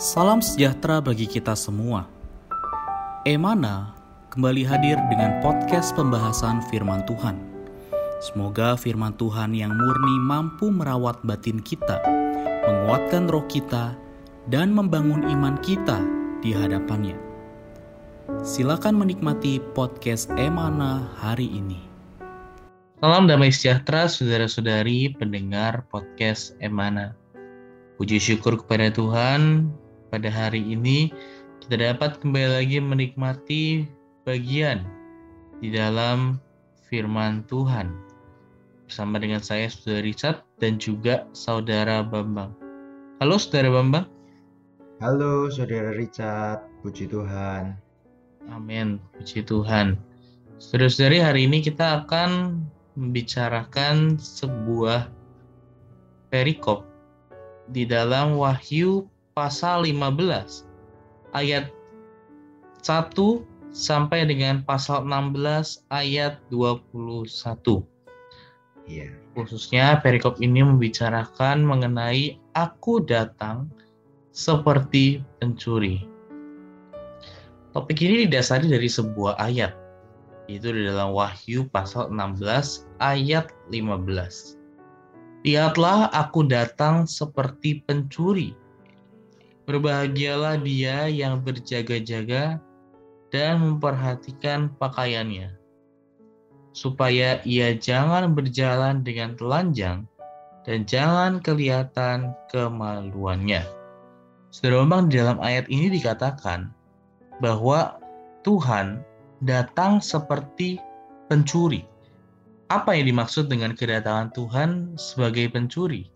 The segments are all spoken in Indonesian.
Salam sejahtera bagi kita semua. Emana kembali hadir dengan podcast pembahasan firman Tuhan. Semoga firman Tuhan yang murni mampu merawat batin kita, menguatkan roh kita, dan membangun iman kita di hadapannya. Silakan menikmati podcast Emana hari ini. Salam damai sejahtera saudara-saudari pendengar podcast Emana. Puji syukur kepada Tuhan, pada hari ini kita dapat kembali lagi menikmati bagian di dalam firman Tuhan bersama dengan saya, Saudara Richard, dan juga Saudara Bambang. Halo Saudara Bambang. Halo Saudara Richard, puji Tuhan. Amin, puji Tuhan. Saudara-saudari, hari ini kita akan membicarakan sebuah perikop di dalam Wahyu pasal 15 ayat 1 sampai dengan pasal 16 ayat 21. Iya. Khususnya perikop ini membicarakan mengenai aku datang seperti pencuri. Topik ini didasari dari sebuah ayat, yaitu di dalam Wahyu pasal 16 ayat 15. Lihatlah aku datang seperti pencuri. Berbahagialah dia yang berjaga-jaga dan memperhatikan pakaiannya, supaya ia jangan berjalan dengan telanjang dan jangan kelihatan kemaluannya. Saudara Bambang, di dalam ayat ini dikatakan bahwa Tuhan datang seperti pencuri. Apa yang dimaksud dengan kedatangan Tuhan sebagai pencuri?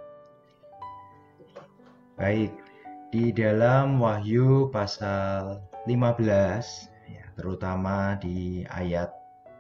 Baik, di dalam Wahyu pasal 15, ya, terutama di ayat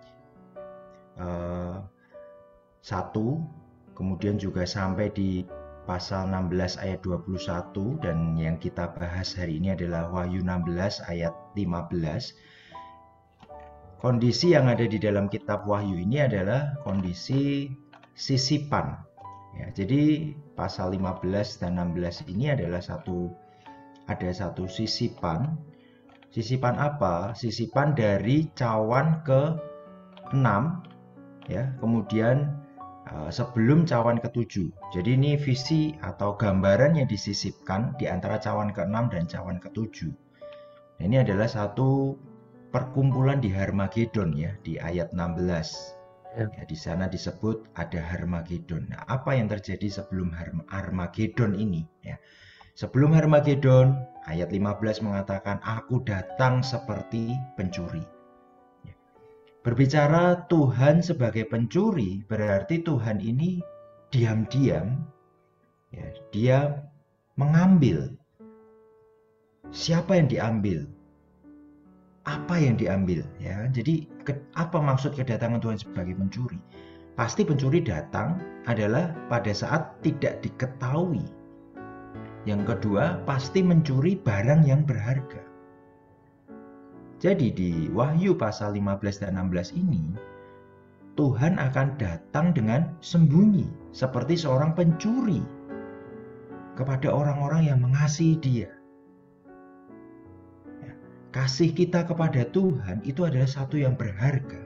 1, kemudian juga sampai di pasal 16 ayat 21, dan yang kita bahas hari ini adalah Wahyu 16 ayat 15. Kondisi yang ada di dalam kitab Wahyu ini adalah kondisi sisipan. Ya, jadi pasal 15 dan 16 ini adalah ada satu sisipan. Sisipan apa? Sisipan dari cawan ke-6, ya, kemudian sebelum cawan ke-7. Jadi ini visi atau gambaran yang disisipkan di antara cawan ke-6 dan cawan ke-7. Nah, ini adalah satu perkumpulan di Harmagedon, ya, di ayat 16. Ya, di sana disebut ada Harmagedon. Nah, apa yang terjadi sebelum Harmagedon ini? Ya. Sebelum Harmagedon, ayat 15 mengatakan, aku datang seperti pencuri. Ya. Berbicara Tuhan sebagai pencuri, berarti Tuhan ini diam-diam, ya, dia mengambil. Siapa yang diambil? Apa yang diambil, ya? Jadi apa maksud kedatangan Tuhan sebagai pencuri? Pasti pencuri datang adalah pada saat tidak diketahui. Yang kedua, pasti mencuri barang yang berharga. Jadi di Wahyu pasal 15 dan 16 ini, Tuhan akan datang dengan sembunyi seperti seorang pencuri kepada orang-orang yang mengasihi Dia. Kasih kita kepada Tuhan itu adalah satu yang berharga.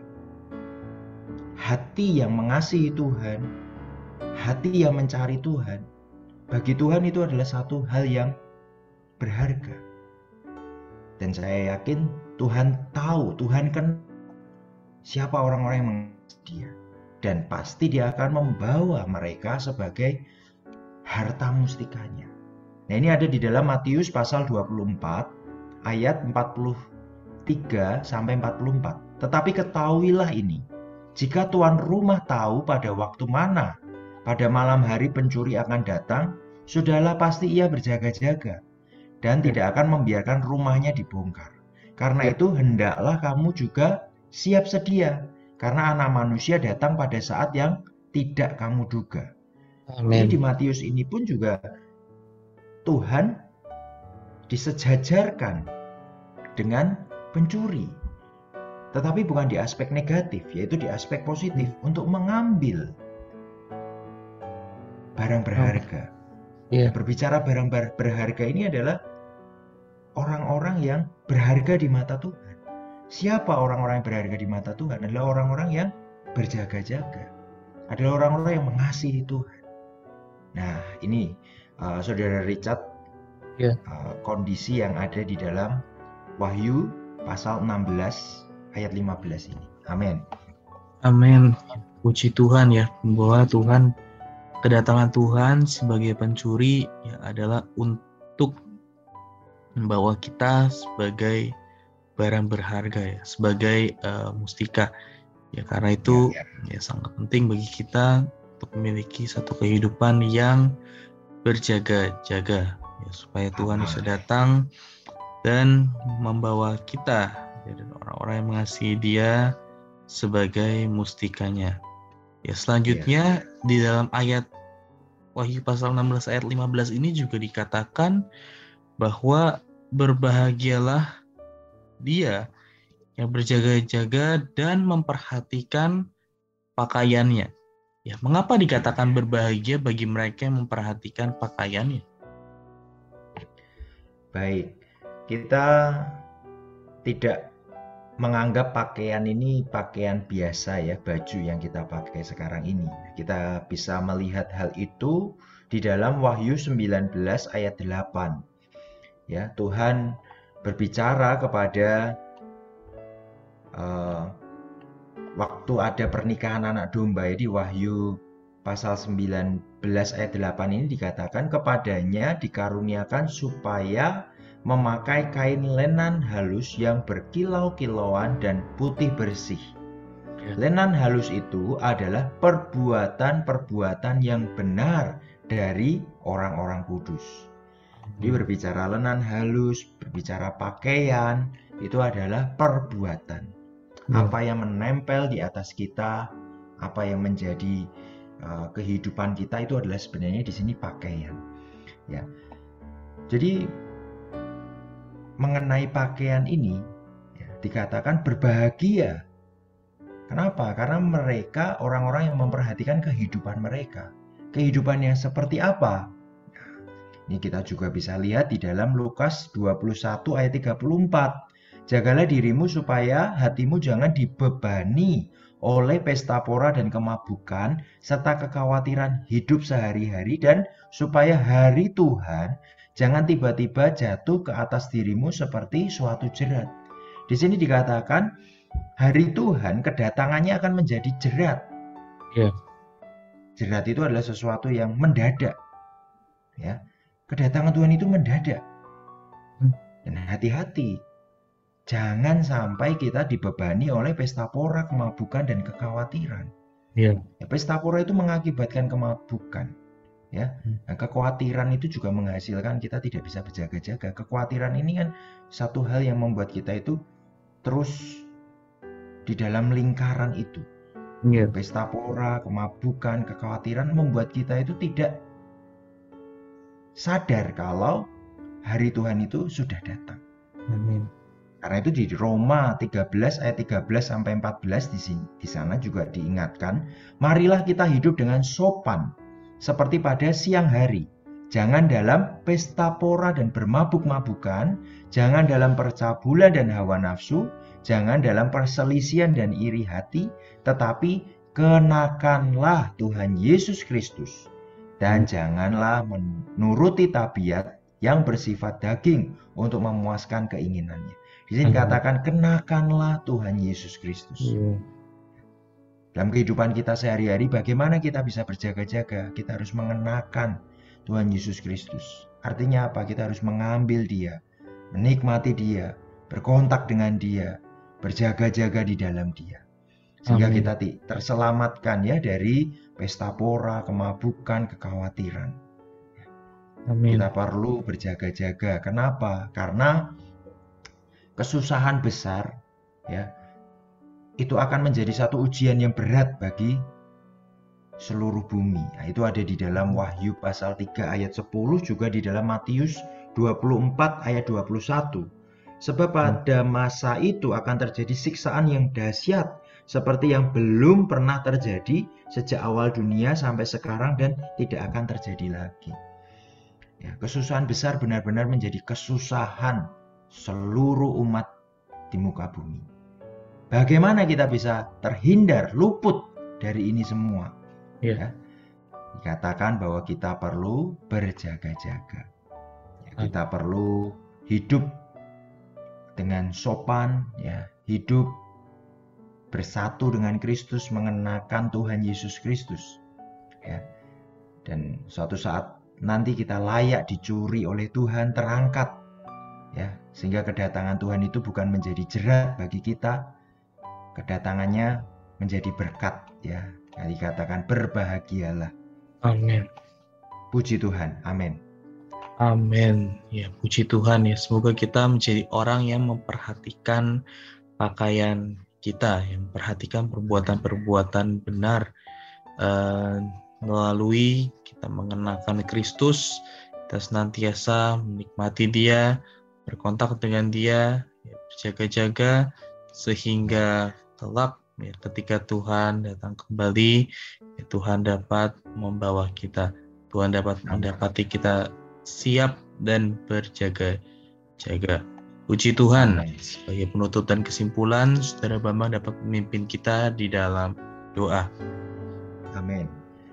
Hati yang mengasihi Tuhan, hati yang mencari Tuhan, bagi Tuhan itu adalah satu hal yang berharga. Dan saya yakin Tuhan tahu, Tuhan kenal siapa orang-orang yang mengasihi Dia. Dan pasti Dia akan membawa mereka sebagai harta mustikanya. Nah, ini ada di dalam Matius pasal 24, ayat 43 sampai 44. Tetapi ketahuilah ini, jika tuan rumah tahu pada waktu mana pada malam hari pencuri akan datang, sudahlah pasti ia berjaga-jaga dan tidak akan membiarkan rumahnya dibongkar. Karena itu hendaklah kamu juga siap sedia, karena Anak Manusia datang pada saat yang tidak kamu duga. Amin. Jadi di Matius ini pun juga Tuhan disejajarkan dengan pencuri, tetapi bukan di aspek negatif, yaitu di aspek positif, untuk mengambil barang berharga. Yeah. Berbicara barang berharga ini adalah orang-orang yang berharga di mata Tuhan. Siapa orang-orang yang berharga di mata Tuhan? Adalah orang-orang yang berjaga-jaga. Adalah orang-orang yang mengasihi Tuhan. Nah, ini Saudara Richard, Ya. kondisi yang ada di dalam Wahyu pasal 16 ayat 15 ini. Amin. Amin. Puji Tuhan ya, bahwa Tuhan, kedatangan Tuhan sebagai pencuri ya adalah untuk membawa kita sebagai barang berharga ya, sebagai mustika. Ya karena itu ya sangat penting bagi kita untuk memiliki satu kehidupan yang berjaga-jaga ya, supaya Tuhan bisa datang dan membawa kita dari orang-orang yang mengasihi Dia sebagai mustikanya. Ya selanjutnya di dalam ayat Wahyu pasal 16 ayat 15 ini juga dikatakan bahwa berbahagialah dia yang berjaga-jaga dan memperhatikan pakaiannya. Ya, mengapa dikatakan berbahagia bagi mereka yang memperhatikan pakaiannya? Baik, kita tidak menganggap pakaian ini pakaian biasa ya, baju yang kita pakai sekarang ini. Kita bisa melihat hal itu di dalam Wahyu 19 ayat 8. Ya, Tuhan berbicara kepada waktu ada pernikahan anak domba di Wahyu pasal 19 ayat 8 ini dikatakan kepadanya dikaruniakan supaya memakai kain lenan halus yang berkilau-kilauan dan putih bersih. Lenan halus itu adalah perbuatan-perbuatan yang benar dari orang-orang kudus. Dia berbicara lenan halus, berbicara pakaian, itu adalah perbuatan. Apa yang menempel di atas kita, apa yang menjadi kehidupan kita itu adalah sebenarnya di sini pakaian. Ya. Jadi mengenai pakaian ini ya, dikatakan berbahagia. Kenapa? Karena mereka orang-orang yang memperhatikan kehidupan mereka. Kehidupan yang seperti apa? Ini kita juga bisa lihat di dalam Lukas 21 ayat 34. Jagalah dirimu supaya hatimu jangan dibebani oleh pesta pora dan kemabukan serta kekhawatiran hidup sehari-hari, dan supaya hari Tuhan jangan tiba-tiba jatuh ke atas dirimu seperti suatu jerat. Di sini dikatakan hari Tuhan kedatangannya akan menjadi jerat. Jerat itu adalah sesuatu yang mendadak. Ya. Kedatangan Tuhan itu mendadak. Dan hati-hati. Jangan sampai kita dibebani oleh pesta pora, kemabukan, dan kekhawatiran. Ya, pesta pora itu mengakibatkan kemabukan. Ya, nah, kekhawatiran itu juga menghasilkan kita tidak bisa berjaga-jaga. Kekhawatiran ini kan satu hal yang membuat kita itu terus di dalam lingkaran itu. Pesta pora, kemabukan, kekhawatiran membuat kita itu tidak sadar kalau hari Tuhan itu sudah datang. Amin. Karena itu di Roma 13 ayat 13 sampai 14 di sana juga diingatkan, marilah kita hidup dengan sopan seperti pada siang hari. Jangan dalam pesta pora dan bermabuk-mabukan, jangan dalam percabulan dan hawa nafsu, jangan dalam perselisihan dan iri hati, tetapi kenakanlah Tuhan Yesus Kristus. Dan janganlah menuruti tabiat yang bersifat daging untuk memuaskan keinginannya. Di sini dikatakan kenakanlah Tuhan Yesus Kristus. Dalam kehidupan kita sehari-hari, bagaimana kita bisa berjaga-jaga? Kita harus mengenakan Tuhan Yesus Kristus. Artinya apa? Kita harus mengambil Dia, menikmati Dia, berkontak dengan Dia, berjaga-jaga di dalam Dia. Sehingga kita terselamatkan ya dari pesta pora, kemabukan, kekhawatiran. Amin. Kita perlu berjaga-jaga. Kenapa? Karena kesusahan besar ya itu akan menjadi satu ujian yang berat bagi seluruh bumi. Nah, itu ada di dalam Wahyu pasal 3 ayat 10, juga di dalam Matius 24 ayat 21. Sebab pada masa itu akan terjadi siksaan yang dahsyat seperti yang belum pernah terjadi sejak awal dunia sampai sekarang dan tidak akan terjadi lagi. Ya, kesusahan besar benar-benar menjadi kesusahan seluruh umat di muka bumi. Bagaimana kita bisa terhindar, luput dari ini semua? Ya. Dikatakan bahwa kita perlu berjaga-jaga. Ya, kita perlu hidup dengan sopan, ya, hidup bersatu dengan Kristus, mengenakan Tuhan Yesus Kristus. Ya. Dan suatu saat nanti kita layak dicuri oleh Tuhan, terangkat. Ya, sehingga kedatangan Tuhan itu bukan menjadi jerat bagi kita, kedatangannya menjadi berkat, ya. Dikatakan berbahagialah. Amin. Puji Tuhan. Amin. Amin. Ya, puji Tuhan ya. Semoga kita menjadi orang yang memperhatikan pakaian kita, yang memperhatikan perbuatan-perbuatan benar, melalui kita mengenakan Kristus, kita senantiasa menikmati Dia, berkontak dengan Dia, ya, berjaga-jaga sehingga kelak ya, ketika Tuhan datang kembali, ya, Tuhan dapat membawa kita, Tuhan dapat mendapati kita siap dan berjaga-jaga. Puji Tuhan. Sebagai penutup dan kesimpulan, Saudara Bambang dapat memimpin kita di dalam doa. Amin.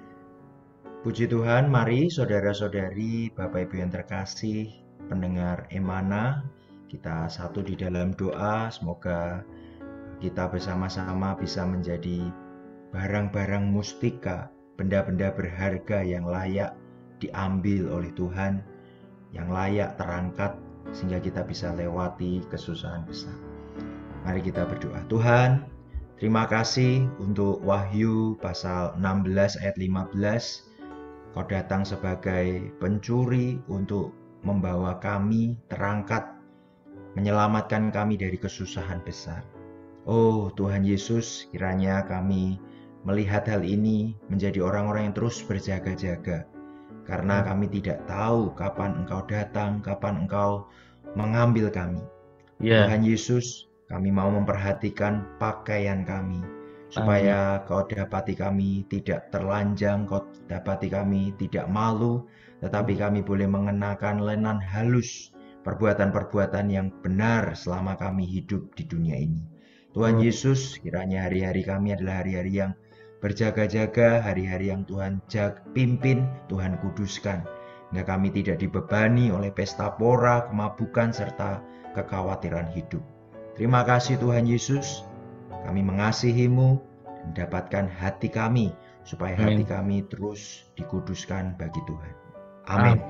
Puji Tuhan, mari saudara-saudari, Bapak Ibu yang terkasih, pendengar Emana, kita satu di dalam doa. Semoga kita bersama-sama bisa menjadi barang-barang mustika, benda-benda berharga yang layak diambil oleh Tuhan, yang layak terangkat, sehingga kita bisa lewati kesusahan besar. Mari kita berdoa. Tuhan, terima kasih untuk Wahyu pasal 16 ayat 15. Kau datang sebagai pencuri untuk membawa kami terangkat, menyelamatkan kami dari kesusahan besar. Oh Tuhan Yesus, kiranya kami melihat hal ini menjadi orang-orang yang terus berjaga-jaga. Karena kami tidak tahu kapan Engkau datang, kapan Engkau mengambil kami. Tuhan Yesus, kami mau memperhatikan pakaian kami, supaya Kau dapati kami tidak terlanjang, Kau dapati kami tidak malu, tetapi kami boleh mengenakan lenan halus, perbuatan-perbuatan yang benar selama kami hidup di dunia ini. Tuhan Yesus, kiranya hari-hari kami adalah hari-hari yang berjaga-jaga, hari-hari yang Tuhan pimpin, Tuhan kuduskan, hingga kami tidak dibebani oleh pesta pora, kemabukan, serta kekhawatiran hidup. Terima kasih Tuhan Yesus, kami mengasihi-Mu, dan dapatkan hati kami, supaya hati kami terus dikuduskan bagi Tuhan. Amin.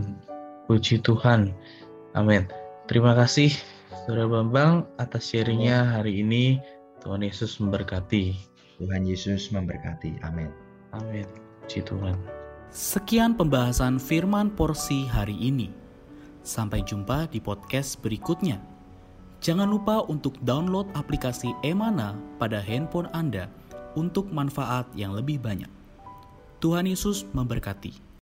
Puji Tuhan. Amin. Terima kasih Saudara Bambang atas sharingnya hari ini. Tuhan Yesus memberkati. Tuhan Yesus memberkati. Amin. Amin. Puji Tuhan. Sekian pembahasan firman porsi hari ini. Sampai jumpa di podcast berikutnya. Jangan lupa untuk download aplikasi Emana pada handphone Anda untuk manfaat yang lebih banyak. Tuhan Yesus memberkati.